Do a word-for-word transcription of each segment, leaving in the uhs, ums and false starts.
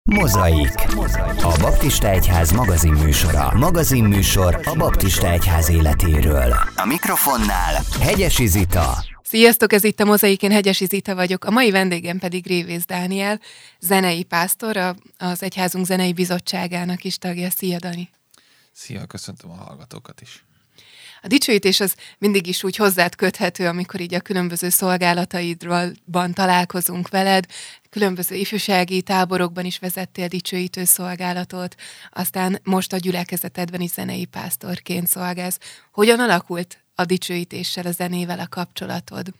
Mozaik. A Baptista Egyház magazinműsora. Magazinműsor a Baptista Egyház életéről. A mikrofonnál Hegyesi Zita. Sziasztok, ez itt a Mozaik, én Hegyesi Zita vagyok. A mai vendégem pedig Révész Dániel, zenei pásztor, az Egyházunk zenei bizottságának is tagja. Szia, Dani! Szia, köszöntöm a hallgatókat is. A dicsőítés az mindig is úgy hozzád köthető, amikor így a különböző szolgálataidban találkozunk veled. Különböző ifjúsági táborokban is vezettél dicsőítő szolgálatot, aztán most a gyülekezetedben is zenei pásztorként szolgálsz. Hogyan alakult a dicsőítéssel, a zenével a kapcsolatod?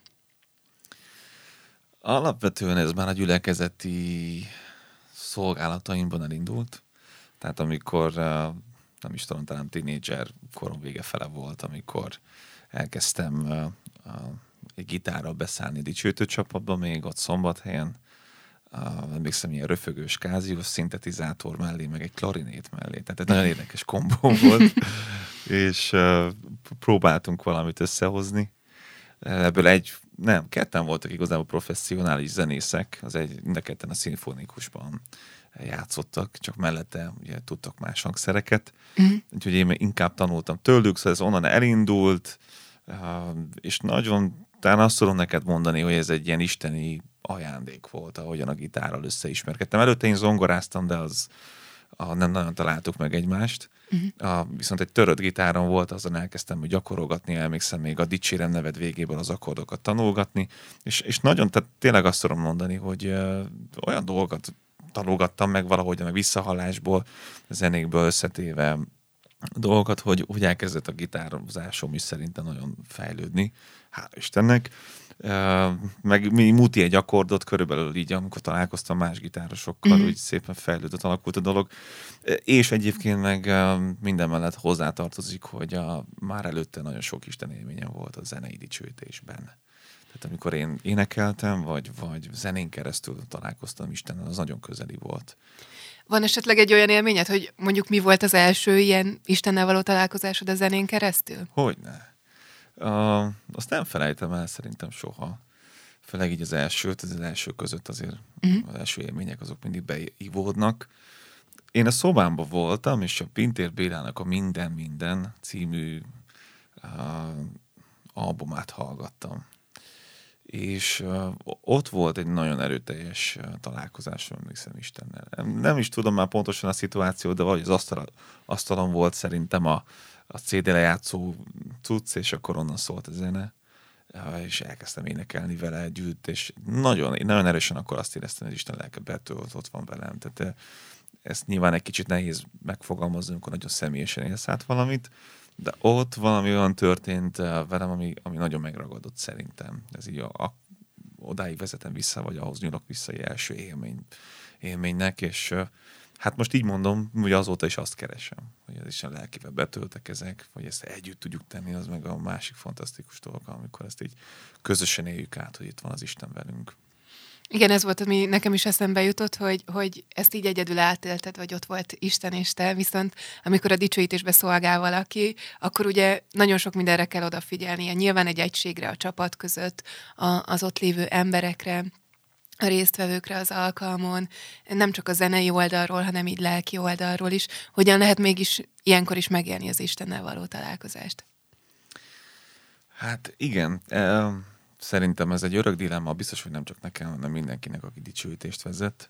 Alapvetően ez már a gyülekezeti szolgálataimban elindult. Tehát amikor, nem is tudom, talán tínédzser korom vége fele volt, amikor elkezdtem egy gitárral beszállni dicsőítő csapatba, még ott Szombathelyen. Uh, emlékszem, ilyen röfögős kázius szintetizátor mellé, meg egy klarinét mellé. Tehát egy nagyon érdekes kombó volt, és uh, próbáltunk valamit összehozni. Ebből egy, nem, ketten voltak igazából professzionális zenészek, az egy, mind a ketten a szimfonikusban játszottak, csak mellette ugye tudtak más hangszereket. Mm. Úgyhogy én inkább tanultam tőlük, szóval ez onnan elindult, uh, és nagyon, talán azt tudom neked mondani, hogy ez egy ilyen isteni ajándék volt, ahogyan a gitárral összeismerkedtem. Előtte én zongoráztam, de az a, nem nagyon találtuk meg egymást. Uh-huh. A, viszont egy törött gitáron volt, azon elkezdtem hogy gyakorolgatni, emlékszem még a Dicsérem neved végéből az akkordokat tanulgatni, és, és nagyon, tehát tényleg azt tudom mondani, hogy ö, olyan dolgokat tanulgattam meg valahogy, meg visszahallásból, zenékből összetéve dolgokat, hogy, hogy elkezdett a gitározásom is szerintem nagyon fejlődni. Hála Istennek. Uh, meg mi muti egy akkordot körülbelül így, amikor találkoztam más gitárosokkal, mm-hmm. úgy szépen fejlődött, alakult a dolog. És egyébként meg uh, minden mellett hozzátartozik, hogy a, már előtte nagyon sok Isten élményem volt a zenei dicsőítésben. Tehát amikor én énekeltem, vagy, vagy zenén keresztül találkoztam Istennel, az nagyon közeli volt. Van esetleg egy olyan élményed, hogy mondjuk mi volt az első ilyen Istennel való találkozásod a zenén keresztül? Hogyne. Uh, azt nem felejtem el szerintem soha. Főleg így az elsőt, az első között azért uh-huh. az első élmények azok mindig beívódnak. Én a szobámban voltam, és a Pintér Bélának a Minden Minden című uh, albumát hallgattam. És uh, ott volt egy nagyon erőteljes uh, találkozásom, emlékszem Istennel. Nem, nem is tudom már pontosan a szituációt, de valahogy az asztal, asztalon volt szerintem a a cé dé lejátszó cucc, és akkor onnan szólt a zene, és elkezdtem énekelni vele együtt, és nagyon, nagyon erősen akkor azt éreztem, hogy Isten lelke betölt, ott van velem. Tehát ezt nyilván egy kicsit nehéz megfogalmazni, amikor nagyon személyesen élsz át valamit, de ott valami olyan történt velem, ami, ami nagyon megragadott szerintem. Ez így a, a, odáig vezetem vissza, vagy ahhoz nyúlok vissza egy első élmény, élménynek, és hát most így mondom, hogy azóta is azt keresem, hogy az Isten lelkével betöltek ezek, hogy ezt együtt tudjuk tenni, az meg a másik fantasztikus dolog, amikor ezt így közösen éljük át, hogy itt van az Isten velünk. Igen, ez volt, ami nekem is eszembe jutott, hogy, hogy ezt így egyedül átélted, vagy ott volt Isten és te, viszont amikor a dicsőítésbe szolgál valaki, akkor ugye nagyon sok mindenre kell odafigyelnie. Nyilván egy egységre, a csapat között, a, az ott lévő emberekre, a résztvevőkre az alkalmon, nem csak a zenei oldalról, hanem így lelki oldalról is. Hogyan lehet mégis ilyenkor is megélni az Istennel való találkozást? Hát igen, szerintem ez egy örök dilemma, biztos, hogy nem csak nekem, hanem mindenkinek, aki dicsőítést vezet.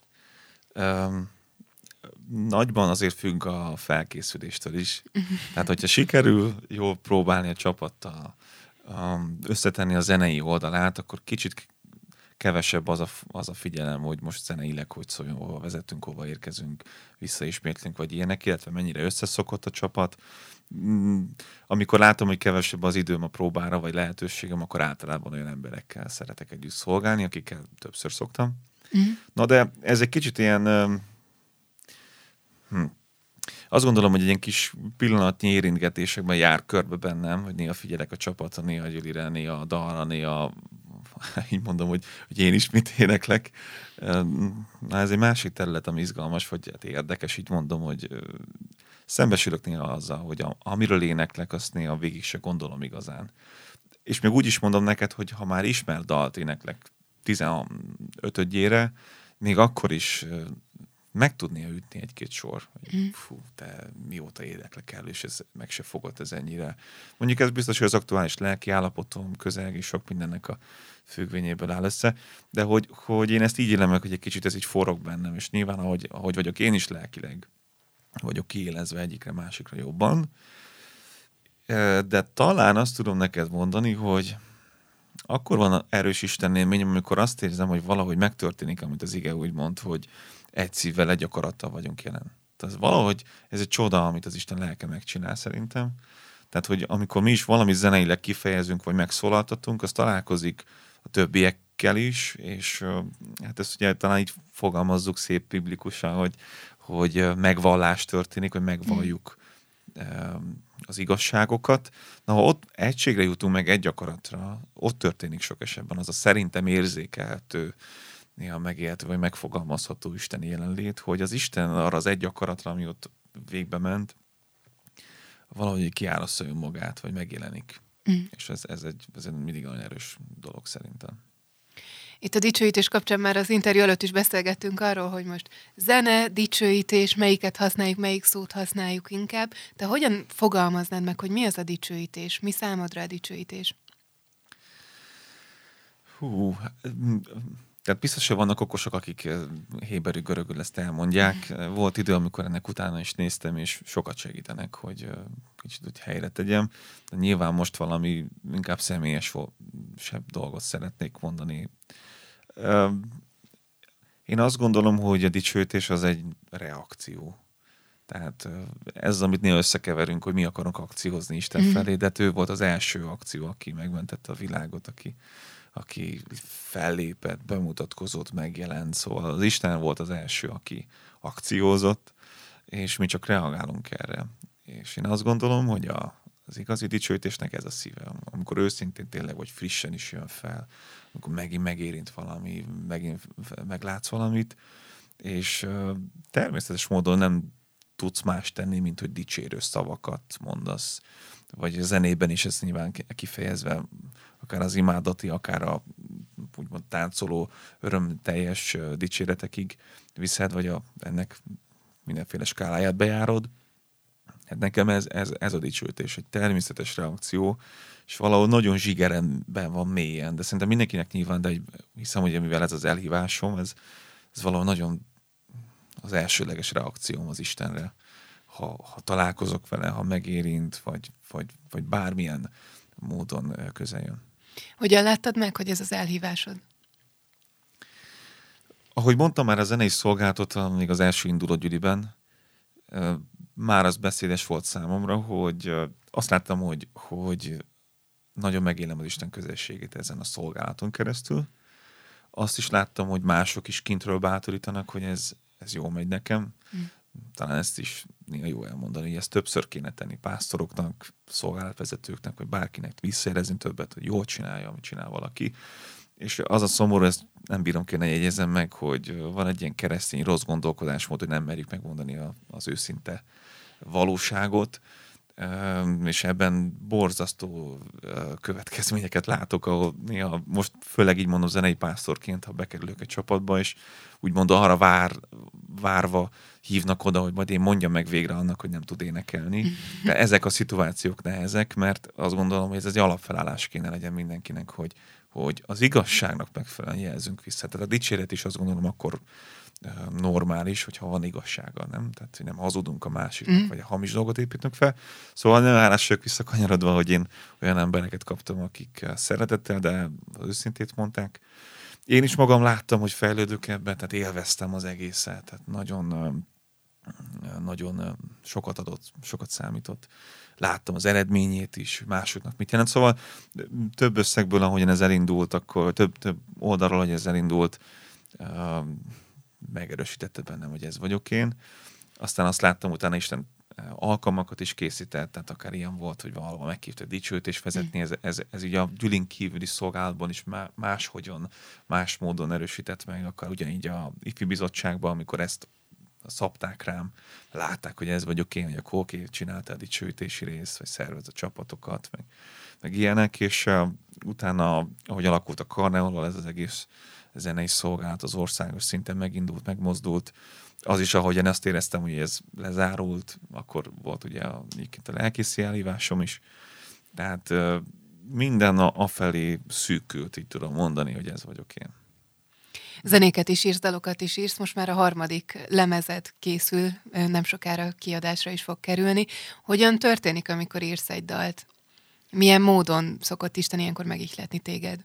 Nagyban azért függ a felkészüléstől is. Tehát, hogyha sikerül jól próbálni a csapattal, összetenni a zenei oldalát, akkor kicsit kevesebb az a, az a figyelem, hogy most zeneileg hogy szóljon, hova vezetünk, hova érkezünk, visszaismétlünk, vagy ilyenek, illetve mennyire összeszokott a csapat. Amikor látom, hogy kevesebb az időm a próbára, vagy lehetőségem, akkor általában olyan emberekkel szeretek együtt szolgálni, akikkel többször szoktam. Mm. Na de ez egy kicsit ilyen... Hm, azt gondolom, hogy egy ilyen kis pillanatnyi érintgetésekben jár körbe bennem, hogy néha figyelek a csapatra, néha a Gyülire, néha a dalra, néha így mondom, hogy, hogy én is mit éneklek. Na, ez egy másik terület, ami izgalmas, vagy hát érdekes, így mondom, hogy szembesülök néha azzal, hogy a, amiről éneklek, azt néha végig se gondolom igazán. És még úgy is mondom neked, hogy ha már ismer dalt éneklek tizenötödjére, még akkor is meg tudnia ütni egy-két sor. Mm. Fú, te mióta érdeklek el, és ez meg se fogott ez ennyire. Mondjuk ez biztos, hogy az aktuális lelki állapotom, közeg és sok mindennek a függvényéből áll össze, de hogy, hogy én ezt így élem meg, hogy egy kicsit ez így forog bennem, és nyilván ahogy, ahogy vagyok én is lelkileg, vagyok kiélezve egyikre másikra jobban, de talán azt tudom neked mondani, hogy akkor van erős Isten élményem, amikor azt érzem, hogy valahogy megtörténik, amit az ige úgy mond, hogy egy szívvel, egy akarattal vagyunk jelen. Tehát valahogy ez egy csoda, amit az Isten lelke megcsinál szerintem. Tehát, hogy amikor mi is valami zeneileg kifejezünk, vagy megszólaltatunk, az találkozik a többiekkel is, és hát ezt ugye talán így fogalmazzuk szép biblikusan, hogy, hogy megvallás történik, hogy megvalljuk az igazságokat. Na, ha ott egységre jutunk meg egy akaratra, ott történik sok esetben az a szerintem érzékelhető, néha megélhető, vagy megfogalmazható Isten jelenlét, hogy az Isten arra az egy akaratra, ami ott végbe ment, valahogy kiárassza önmagát, vagy megjelenik. Mm. És ez, ez, egy, ez egy mindig nagyon erős dolog szerintem. Itt a dicsőítés kapcsán már az interjú előtt is beszélgettünk arról, hogy most zene, dicsőítés, melyiket használjuk, melyik szót használjuk inkább. Te hogyan fogalmaznád meg, hogy mi az a dicsőítés? Mi számodra a dicsőítés? Hú, tehát biztos, hogy vannak okosok, akik héberű, görögül ezt elmondják. Volt idő, amikor ennek utána is néztem, és sokat segítenek, hogy kicsit úgy helyre tegyem. De nyilván most valami inkább személyesebb dolgot szeretnék mondani. Én azt gondolom, hogy a dicsőítés az egy reakció. Tehát ez, amit néha összekeverünk, hogy mi akarunk akciózni Isten mm. felé, de ő volt az első akció, aki megmentette a világot, aki, aki fellépett, bemutatkozott, megjelent. Szóval az Isten volt az első, aki akciózott, és mi csak reagálunk erre. És én azt gondolom, hogy a, az igazi dicsőítésnek ez a szíve. Amikor őszintén tényleg, vagy frissen is jön fel, amikor megint megérint valami, megint meglátsz valamit, és természetes módon nem tudsz más tenni, mint hogy dicsérő szavakat mondasz. Vagy a zenében is ez nyilván kifejezve, akár az imádati, akár a úgymond táncoló, örömteljes dicséretekig viszed, vagy a, ennek mindenféle skáláját bejárod. Hát nekem ez, ez, ez a dicsőítés, egy természetes reakció, és valahol nagyon zsigeremben van mélyen, de szerintem mindenkinek nyilván, de egy, hiszem, hogy mivel ez az elhívásom, ez, ez valahol nagyon az elsőleges reakcióm az Istenre. Ha, ha találkozok vele, ha megérint, vagy, vagy, vagy bármilyen módon közel jön. Hogyan láttad meg, hogy ez az elhívásod? Ahogy mondtam már a zenei szolgálatot, még az első induló gyüliben, már az beszédes volt számomra, hogy azt láttam, hogy, hogy nagyon megélem az Isten közösségét ezen a szolgálaton keresztül. Azt is láttam, hogy mások is kintről bátorítanak, hogy ez, ez jól megy nekem. Mm. Talán ezt is néha jó elmondani, hogy ezt többször kéne tenni pásztoroknak, szolgálatvezetőknek, vagy bárkinek visszaérezni többet, hogy jól csinálja, amit csinál valaki. És az a szomorú, ezt nem bírom kéne jegyezem meg, hogy van egy ilyen keresztény rossz gondolkodásmód, hogy nem merjük megmondani a, az őszinte valóságot, és ebben borzasztó következményeket látok, ahol néha most főleg így mondom zenei pásztorként, ha bekerülök egy csapatba, és úgymond arra vár, várva hívnak oda, hogy majd én mondjam meg végre annak, hogy nem tud énekelni. De ezek a szituációk nehezek, mert azt gondolom, hogy ez egy alapfelállás kéne legyen mindenkinek, hogy, hogy az igazságnak megfelelően jelzünk vissza. Tehát a dicséret is azt gondolom akkor normális, hogyha van igazsága, nem? Tehát, hogy nem hazudunk a másiknak, mm. vagy a hamis dolgot építünk fel. Szóval nem hálások visszakanyarodva, hogy én olyan embereket kaptam, akik szeretettel, de az őszintét mondták. Én is magam láttam, hogy fejlődök ebben, tehát élveztem az egészet, tehát nagyon, nagyon sokat adott, sokat számított. Láttam az eredményét is, másoknak mit jelent. Szóval több összegből, ahogyan ez elindult, akkor több, több oldalról, hogy ez elindult, megerősítette bennem, hogy ez vagyok én. Aztán azt láttam, utána Isten alkalmakat is készített, tehát akár ilyen volt, hogy valahol meghívta dicsőítést vezetni, ez, ez, ez ugye a gyülin kívüli szolgálatban is máshogyan, más módon erősített meg, akár ugyanígy a ifi bizottságban, amikor ezt szabták rám, látták, hogy ez vagyok én, hogy akkor oké, csinálta a dicsőítési részt, vagy szervez a csapatokat, meg, meg ilyenek, és uh, utána, ahogy alakult a Karnevalval, ez az egész zenei szolgálat az országos szinten megindult, megmozdult, az is, ahogyan ezt éreztem, hogy ez lezárult, akkor volt ugye a, a lelkészi elhívásom is. Tehát minden afelé szűkült, így tudom mondani, hogy ez vagyok én. Zenéket is írsz, dalokat is írsz, most már a harmadik lemezed készül, nem sokára kiadásra is fog kerülni. Hogyan történik, amikor írsz egy dalt? Milyen módon szokott Isten ilyenkor megihletni téged?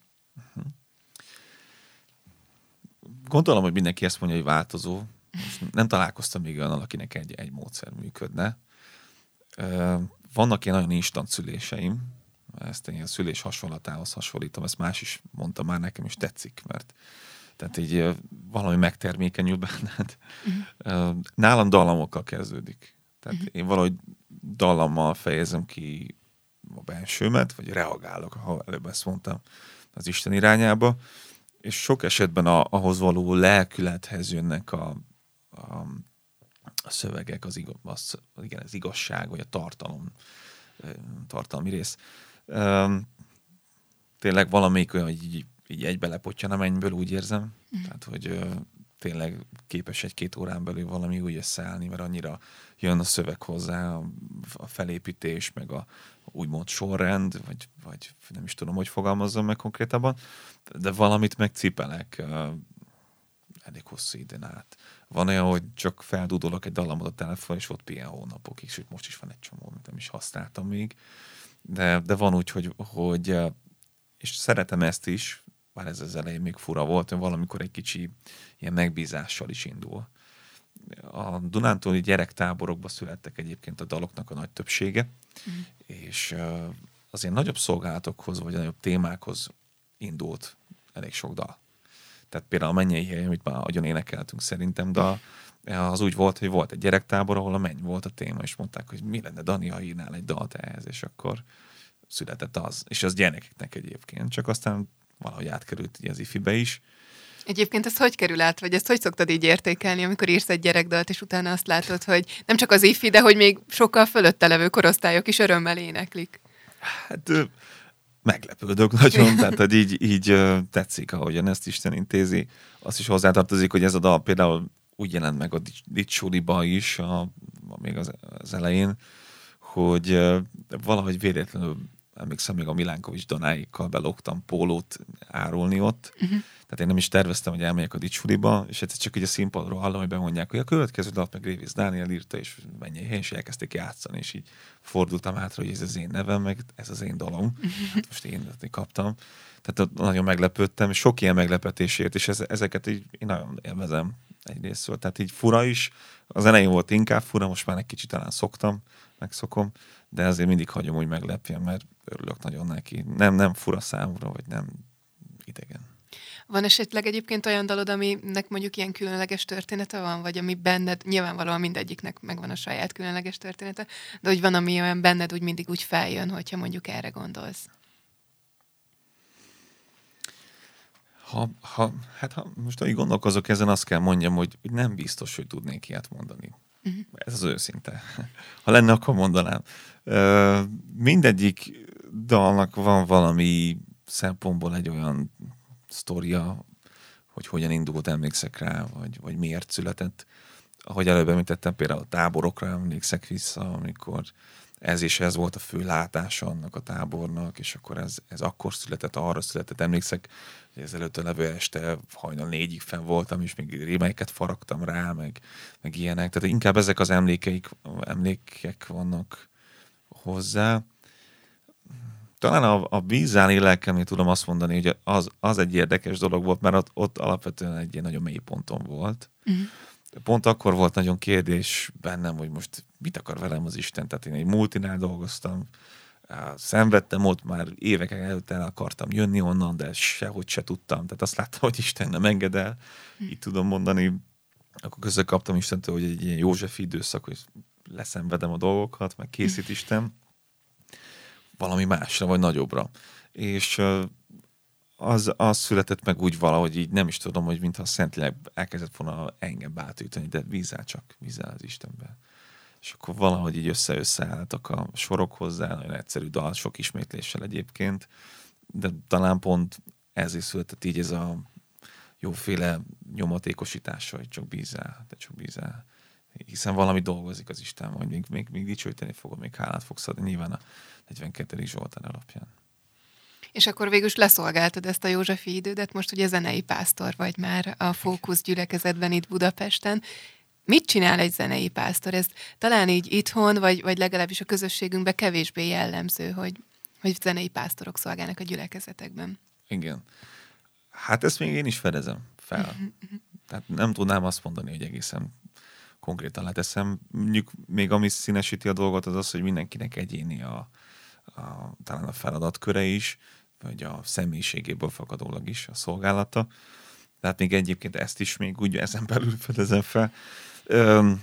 Gondolom, hogy mindenki ezt mondja, hogy változó. Most nem találkoztam még olyan, akinek egy, egy módszer működne. Vannak ilyen nagyon instant szüléseim, ezt én a szülés hasonlatához hasonlítom, ezt más is mondta már, nekem is tetszik, mert tehát így valami megtermékenyül benned. Uh-huh. Nálam dallamokkal kezdődik. Tehát uh-huh. én valahogy dallammal fejezem ki a bensőmet, vagy reagálok, ha előbb ezt mondtam, az Isten irányába, és sok esetben a, ahhoz való lelkülethez jönnek a, a, a szövegek, az, igaz, az, igen, az igazság, vagy a tartalom, tartalmi rész. Tényleg valamelyik olyan, hogy így, így egybe lepottyan a mennyből, úgy érzem. Mm. Tehát, hogy ö, tényleg képes egy-két órán belül valami úgy összeállni, mert annyira jön a szöveg hozzá, a, a felépítés, meg a úgymond sorrend, vagy, vagy nem is tudom, hogy fogalmazzam meg konkrétabban, de valamit megcipelek ö, elég hosszú időn át. Van olyan, hogy csak feldudolok egy dallamot a telefon, és ott pihen hónapokig, és most is van egy csomó, amit nem is használtam még. De, de van úgy, hogy, hogy és szeretem ezt is, bár ez az elején még fura volt, hogy valamikor egy kicsi ilyen megbízással is indul. A dunántúli gyerektáborokban születtek egyébként a daloknak a nagy többsége, mm. és azért nagyobb szolgálatokhoz, vagy nagyobb témákhoz indult elég sok dal. Tehát például a Mennyei Hely, amit már nagyon énekeltünk szerintem, de az úgy volt, hogy volt egy gyerektábor, ahol a menny volt a téma, és mondták, hogy mi lenne, Dani, ha írnál egy dalt ehhez, és akkor született az. És az gyerekeknek egyébként, csak aztán valahogy átkerült így az ifibe is. Egyébként ez hogy kerül át, vagy ezt hogy szoktad így értékelni, amikor írsz egy gyerekdalt, és utána azt látod, hogy nem csak az ifi, de hogy még sokkal fölötte levő korosztályok is örömmel éneklik? Hát meglepődök nagyon, tehát hogy így, így tetszik, ahogyan ezt Isten intézi. Azt is hozzátartozik, hogy ez a dal például úgy jelent meg a Dicsúliba is, a, a, még az, az elején, hogy uh, valahogy véletlenül, emlékszem, még a Milánkovics Danáikkal belógtam pólót árulni ott. Uh-huh. Tehát én nem is terveztem, hogy elmegyek a Dicsúliba, és egyszer csak így a színpadról hallom, hogy bemondják, hogy a következő dalt meg Révész Dániel írta, és Mennyei Hely, és elkezdték játszani, és így fordultam hátra, hogy ez az én nevem, meg ez az én dalom. Uh-huh. Hát most én kaptam. Tehát nagyon meglepődtem, és sok ilyen meglepetésért, és ez, ezeket így én nagyon élvezem egyrésztől. Tehát így fura is, az elején volt inkább fura, most már egy kicsit talán szoktam, megszokom, de azért mindig hagyom, hogy meglepjen, mert örülök nagyon neki. Nem, nem fura számomra, vagy nem idegen. Van esetleg egyébként olyan dalod, aminek mondjuk ilyen különleges története van, vagy ami benned, nyilvánvalóan mindegyiknek megvan a saját különleges története, de hogy van, ami olyan benned úgy mindig úgy feljön, hogyha mondjuk erre gondolsz? Ha, ha, hát ha most ahogy gondolkozok ezen, azt kell mondjam, hogy nem biztos, hogy tudnék ilyet mondani. Uh-huh. Ez az őszinte. Ha lenne, akkor mondanám. Uh, mindegyik dalnak van valami szempontból egy olyan sztoria, hogy hogyan indult, emlékszek rá, vagy, vagy miért született. Ahogy előbb említettem, például a táborokra emlékszek vissza, amikor ez és ez volt a fő látása annak a tábornak, és akkor ez, ez akkor született, arra született. Emlékszek, hogy ezelőtt a levő este hajnal négyig fenn voltam, és még rémeiket faragtam rá, meg, meg ilyenek. Tehát inkább ezek az emlékeik, emlékek vannak hozzá. Talán a, a vízáni lelkemnél tudom azt mondani, hogy az, az egy érdekes dolog volt, mert ott, ott alapvetően egy ilyen nagyon mély ponton volt. Uh-huh. Pont akkor volt nagyon kérdés bennem, hogy most mit akar velem az Isten. Tehát én egy multinál dolgoztam, szenvedtem ott, már évek előtt el akartam jönni onnan, de sehogy se tudtam. Tehát azt láttam, hogy Isten nem enged el, így tudom mondani. Akkor közben kaptam Istentől, hogy egy ilyen József időszak, hogy leszenvedem a dolgokat, meg készít Isten valami másra, vagy nagyobbra. És az, az született meg úgy valahogy így, nem is tudom, hogy mintha a Szentlélek elkezdett volna engem bátűteni, de vízzel csak, vízzel az Istenben. És akkor valahogy így össze-összeálltak a sorok hozzá, nagyon egyszerű dal, sok ismétléssel egyébként, de talán pont ezért született így ez a jóféle nyomatékosítással, hogy csak bízzál, te csak bízzál. Hiszen valami dolgozik az Isten, hogy még, még, még dicsőíteni fogod, még hálát fogsz adni, nyilván a negyvenkettedik Zsoltár alapján. És akkor végül is leszolgáltad ezt a Józsefi idődet, most ugye zenei pásztor vagy már a Fókusz gyülekezetben itt Budapesten. Mit csinál egy zenei pásztor? Ez talán így itthon, vagy, vagy legalábbis a közösségünkben kevésbé jellemző, hogy, hogy zenei pásztorok szolgálnak a gyülekezetekben. Igen. Hát ezt még én is fedezem fel. Tehát nem tudnám azt mondani, hogy egészen konkrétan leteszem. Mondjuk még ami színesíti a dolgot, az az, hogy mindenkinek egyéni a, a, talán a feladatköre is, vagy a személyiségéből fakadólag is a szolgálata. Tehát még egyébként ezt is még úgy ezen belül fedezem fel. Öm,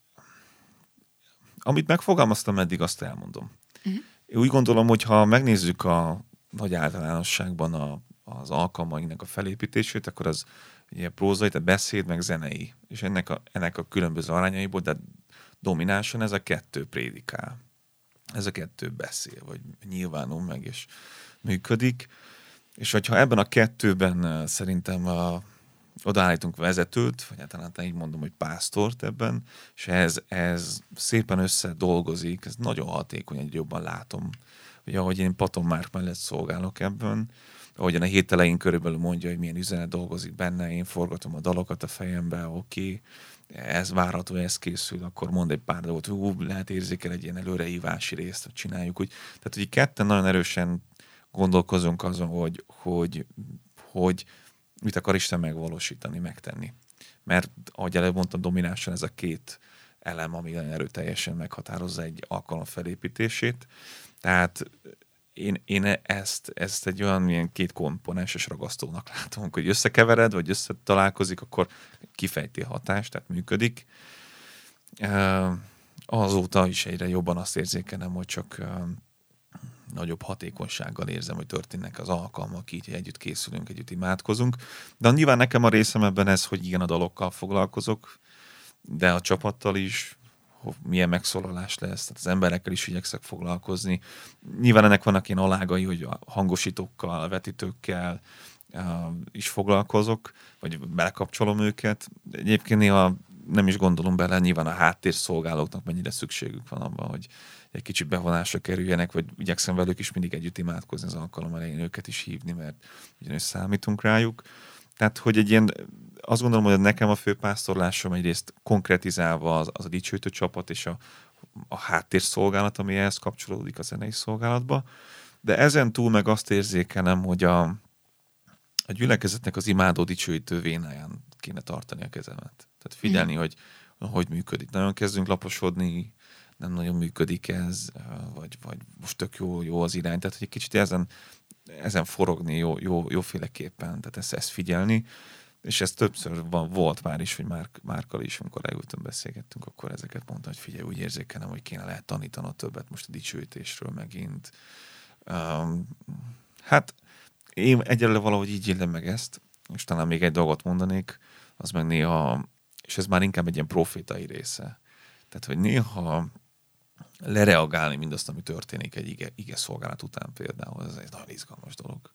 amit megfogalmaztam eddig, azt elmondom. Uh-huh. Én úgy gondolom, hogy ha megnézzük a nagy általánosságban a, az alkalmainknak a felépítését, akkor az ugye prózai, tehát beszéd, meg zenei. És ennek a, ennek a különböző arányaiból, de dominánsan ez a kettő prédikál. Ez a kettő beszél, vagy nyilvánul meg, és működik. És hogyha ebben a kettőben szerintem a, odaállítunk vezetőt, vagy általán így mondom, hogy pásztort ebben, és ez, ez szépen összedolgozik, ez nagyon hatékony, egy jobban látom, hogy ahogy én Paton Márk mellett szolgálok ebben, ahogyan a hét elején körülbelül mondja, hogy milyen üzenet dolgozik benne, én forgatom a dalokat a fejembe, oké, okay, ez várható, ez készül, akkor mond egy pár dolgot, hú, lehet érzékel egy ilyen előrehívási részt, hogy csináljuk úgy. Tehát, hogy ketten nagyon erősen gondolkozunk azon, hogy, hogy, hogy mit akar Isten megvalósítani, megtenni. Mert, ahogy előbb mondtam, dominánsan ez a két elem, ami nagyon erőteljesen meghatározza egy alkalom felépítését. Tehát én, én ezt, ezt egy olyan ilyen két komponenses ragasztónak látom, hogy összekevered, vagy összetalálkozik, akkor kifejti a hatást, tehát működik. Azóta is egyre jobban azt érzékelem, hogy csak nagyobb hatékonysággal érzem, hogy történnek az alkalmak, így együtt készülünk, együtt imádkozunk. De nyilván nekem a részem ebben ez, hogy igen, a dalokkal foglalkozok, de a csapattal is, milyen megszólalás lesz, tehát az emberekkel is igyekszek foglalkozni. Nyilván ennek vannak ilyen alágai, hogy a hangosítókkal, a vetítőkkel uh, is foglalkozok, vagy belekapcsolom őket. Egyébként néha nem is gondolom bele, nyilván a háttérszolgálóknak mennyire szükségük van abban, hogy egy kicsit bevonásra kerüljenek, vagy igyekszem velük is mindig együtt imádkozni az alkalom elején, őket is hívni, mert ugyanis számítunk rájuk. Tehát, hogy egy ilyen, azt gondolom, hogy nekem a főpásztorlásom egyrészt konkretizálva az, az a dicsőítő csapat és a, a háttérszolgálat, ami ehhez kapcsolódik a zenei szolgálatba, de ezen túl meg azt érzékelem, hogy a, a gyülekezetnek az imádó dicsőítő vénáján kéne tartani a kezemet. Tehát figyelni, mm. hogy hogy működik. Nagyon kezdünk laposodni, nem nagyon működik ez, vagy, vagy most tök jó, jó az irány. Tehát, hogy egy kicsit ezen, ezen forogni jó, jó, jóféleképpen, tehát ezt, ezt figyelni, és ez többször van, volt már is, hogy Márk, Márkkal is, amikor leültünk, beszélgettünk, akkor ezeket mondta, hogy figyelj, úgy érzékelem, hogy kéne lehet tanítanod többet most a dicsőítésről megint. Um, hát én egyelőre valahogy így élem meg ezt, és talán még egy dolgot mondanék, az meg néha, és ez már inkább egy ilyen profétai része. Tehát, hogy néha lereagálni mindazt, ami történik egy ige, ige szolgálat után például, ez egy nagyon izgalmas dolog.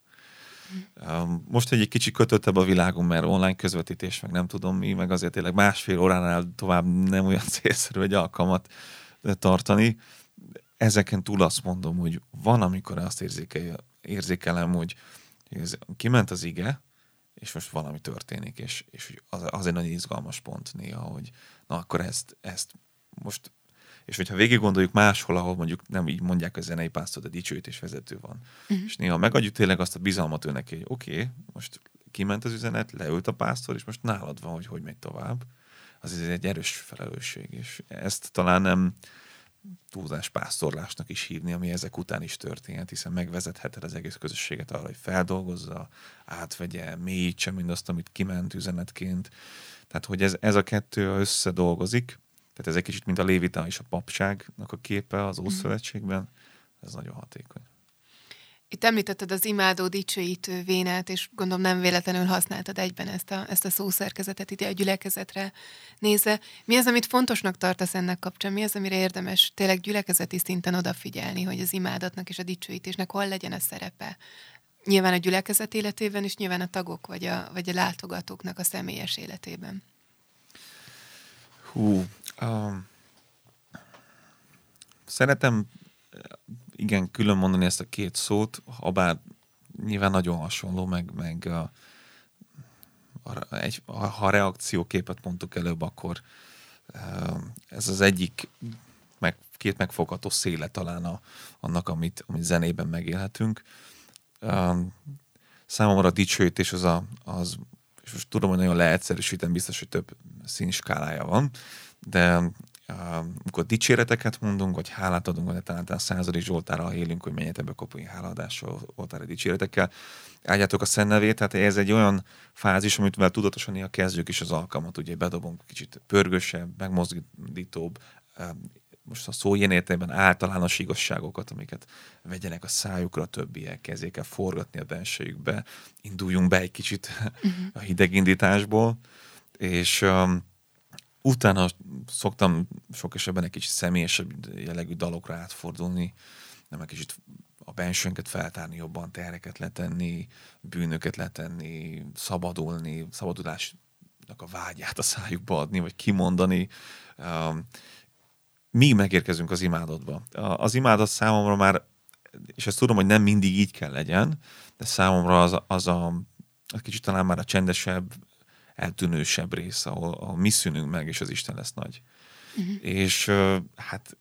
Mm. Most egy kicsit kötöttebb a világon, mert online közvetítés, meg nem tudom mi, meg azért tényleg másfél óránál tovább nem olyan célszerű egy alkalmat tartani. Ezeken túl azt mondom, hogy van, amikor azt érzékel, érzékelem, hogy ez, kiment az ige, és most valami történik, és, és az, az egy nagyon izgalmas pont néha, hogy na akkor ezt, ezt most, és hogyha végig gondoljuk máshol, ahol mondjuk nem így mondják a zenei pásztor, de dicsőítés vezető van, uh-huh. és néha megadjuk tényleg azt a bizalmat ő neki, hogy oké, okay, most kiment az üzenet, leült a pásztor, és most nálad van, hogy hogy megy tovább. Az egy erős felelősség, és ezt talán nem túlzás pásztorlásnak is hívni, ami ezek után is történhet, hiszen megvezetheted az egész közösséget arra, hogy feldolgozza, átvegye, mélyítse mindazt, amit kiment üzenetként. Tehát, hogy ez, ez a kettő összedolgozik, tehát ez egy kicsit, mint a lévita és a papságnak a képe az Ószövetségben, ez nagyon hatékony. Itt említetted az imádó, dicsőítő vénát, és gondolom nem véletlenül használtad egyben ezt a, ezt a szószerkezetet ide a gyülekezetre nézve. Mi az, amit fontosnak tartasz ennek kapcsán? Mi az, amire érdemes tényleg gyülekezeti szinten odafigyelni, hogy az imádatnak és a dicsőítésnek hol legyen a szerepe? nyilván a gyülekezet életében, és nyilván a tagok vagy a, vagy a látogatóknak a személyes életében. Hú, um, szeretem igen külön mondani ezt a két szót, habár nyilván nagyon hasonló, meg, meg a, a, egy, ha a reakcióképet mondtuk előbb, akkor um, ez az egyik meg, két megfogható széle talán a, annak, amit, amit zenében megélhetünk. Um, számomra a dicsőítés az, a, az, és most tudom, hogy nagyon leegyszerűsítem, biztos, hogy több színskálája van, de uh, amikor dicséreteket mondunk, vagy hálát adunk, vagy talán a századik Zsoltárral élünk, hogy menjetek be kopói hálaadással, oltári dicséretekkel, áldjátok a Szent nevét, tehát ez egy olyan fázis, amit tudatosan néha kezdjük is az alkalmat, ugye bedobunk kicsit pörgősebb, megmozdítóbb, most a szó ilyen értelemben általános igazságokat, amiket vegyenek a szájukra, a többiek kezdjék el forgatni a bensejükbe, induljunk be egy kicsit uh-huh. a hidegindításból, és um, utána szoktam sok esetben egy kicsit személyesebb jellegű dalokra átfordulni, nem egy kicsit a bensőnket feltárni jobban, terheket letenni, bűnöket letenni, szabadulni, szabadulásnak a vágyát a szájukba adni, vagy kimondani. Um, míg megérkezünk az imádatba. Az imádat számomra már, és ezt tudom, hogy nem mindig így kell legyen, de számomra az, az a, a kicsit talán már a csendesebb, eltűnősebb rész, ahol, ahol mi szűnünk meg, és az Isten lesz nagy. Uh-huh. És hát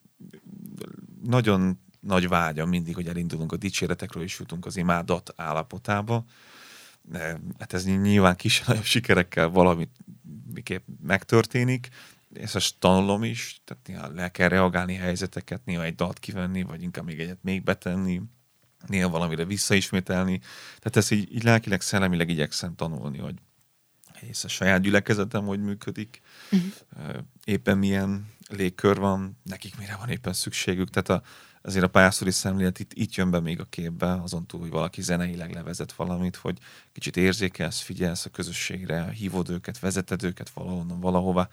nagyon nagy vágyam mindig, hogy elindulunk a dicséretekről, és jutunk az imádat állapotába. De, hát ez nyilván kisebb-nagyobb sikerekkel valamit miképp megtörténik, ezt azt tanulom is, tehát néha le kell reagálni helyzeteket, néha egy dalt kivenni, vagy inkább még egyet még betenni, néha valamire visszaismételni. Tehát ezt így, így lelkileg, szellemileg igyekszem tanulni, hogy hisz a saját gyülekezetem hogy működik, uh-huh. éppen milyen légkör van, nekik mire van éppen szükségük. Tehát a, azért a pásztori szemlélet itt, itt jön be még a képbe, azon túl, hogy valaki zeneileg levezet valamit, hogy kicsit érzékelsz, figyelsz a közösségre, hívod őket, vezeted őket valahonnan, valahova.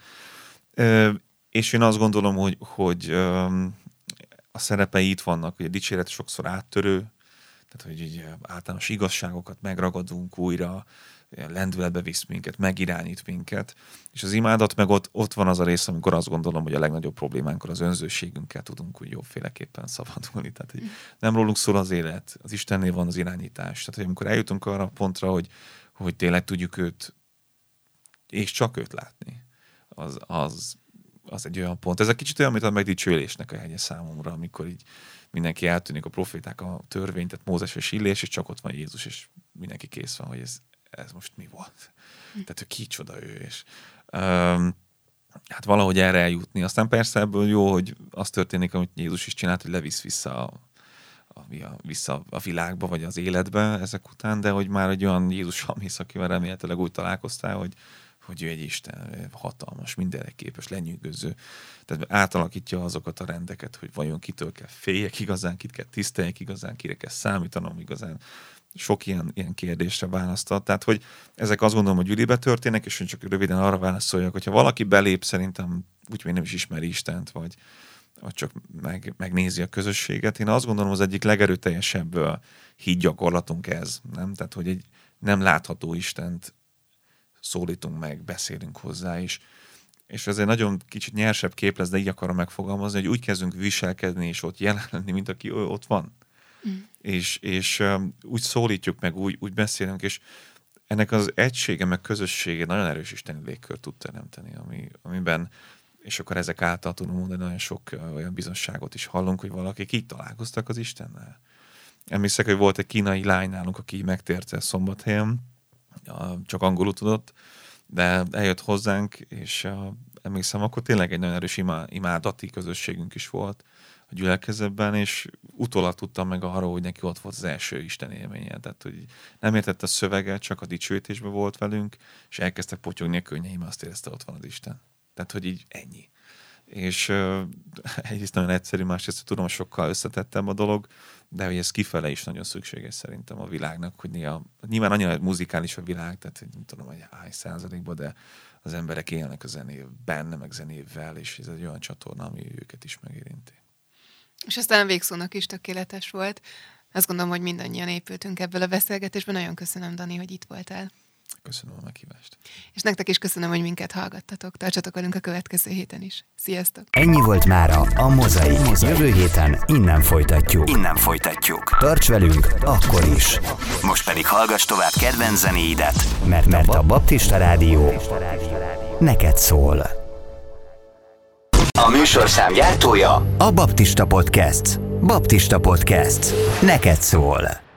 Ö, és én azt gondolom, hogy, hogy ö, a szerepei itt vannak, hogy a dicséret sokszor áttörő, tehát hogy így általános igazságokat megragadunk újra, lendületbe visz minket, megirányít minket, és az imádat meg ott, ott van az a rész, amikor azt gondolom, hogy a legnagyobb problémánkor az önzőségünkkel tudunk úgy jóféleképpen szabadulni. Tehát hogy nem rólunk szól az élet, az Istennél van az irányítás. Tehát hogy amikor eljutunk arra a pontra, hogy, hogy tényleg tudjuk őt, és csak őt látni, az, az, az egy olyan pont. Ez egy kicsit olyan, mint a megdicsőlésnek a hegye számomra, amikor így mindenki eltűnik, a proféták, a törvény, tehát Mózes és Illés, és csak ott van Jézus, és mindenki kész van, hogy ez, ez most mi volt. Tehát, hogy kicsoda ő, és um, hát valahogy erre eljutni. Aztán persze ebből jó, hogy az történik, amit Jézus is csinált, hogy levisz vissza a, a, a, vissza a világba, vagy az életbe ezek után, de hogy már egy olyan Jézussal mész, akivel remélhetőleg úgy találkoztál, hogy hogy ő egy Isten, hatalmas, mindenre képes, lenyűgöző. Tehát átalakítja azokat a rendeket, hogy vajon kitől kell féljek igazán, kit kell tiszteljek igazán, kire kell számítanom igazán. Sok ilyen, ilyen kérdésre választat. Tehát, hogy ezek azt gondolom, hogy gyűlibe történnek, és csak röviden arra válaszoljak, hogyha valaki belép, szerintem úgy, hogy nem is ismeri Istent, vagy, vagy csak meg, megnézi a közösséget. Én azt gondolom, az egyik legerőteljesebb hídgyakorlatunk ez. Nem? Tehát, hogy egy nem látható Istent szólítunk meg, beszélünk hozzá is. És ez egy nagyon kicsit nyersebb kép lesz, de így akarom megfogalmazni, hogy úgy kezdünk viselkedni, és ott jelen lenni, mint aki ott van. Mm. És, és um, úgy szólítjuk meg, úgy, úgy beszélünk, és ennek az egysége, meg közössége nagyon erős isteni légkört tud teremteni, ami, amiben, és akkor ezek által tudom mondani, nagyon sok uh, olyan bizonságot is hallunk, hogy valakik így találkoztak az Istennel. Emlékszek, hogy volt egy kínai lány nálunk, aki megtérte Szombathelyen, csak angolul tudott, de eljött hozzánk, és uh, emlékszem, akkor tényleg egy nagyon erős imá, imádati közösségünk is volt a gyülekezetben, és utólag tudtam meg arra, hogy neki ott volt az első Isten élménye. Tehát, hogy nem értette a szöveget, csak a dicsőítésben volt velünk, és elkezdtek potyogni a könnyeim, azt érezte, ott van az Isten. Tehát, hogy így ennyi. És uh, egyrészt nagyon egyszerű, másrészt tudom, hogy sokkal összetettebb a dolog, de hogy ez kifele is nagyon szükséges szerintem a világnak, hogy néha, nyilván annyira muzikális a világ, tehát nem tudom, hogy hány százalékban, de az emberek élnek a zenében, meg zenével, és ez egy olyan csatorna, ami őket is megérinti. És aztán a végszónak is tökéletes volt. Azt gondolom, hogy mindannyian épültünk ebből a beszélgetésben. Nagyon köszönöm, Dani, hogy itt voltál. Köszönöm a meghívást. És nektek is köszönöm, hogy minket hallgattatok. Tartsatok velünk a következő héten is. Sziasztok! Ennyi volt mára a Mozaik. Jövő héten innen folytatjuk. Innen folytatjuk. Tarts velünk akkor is. Most pedig hallgass tovább kedvenc zenéidet, mert, mert a Baptista Rádió neked szól. A műsorszám gyártója a Baptista Podcast. Baptista Podcast. Neked szól.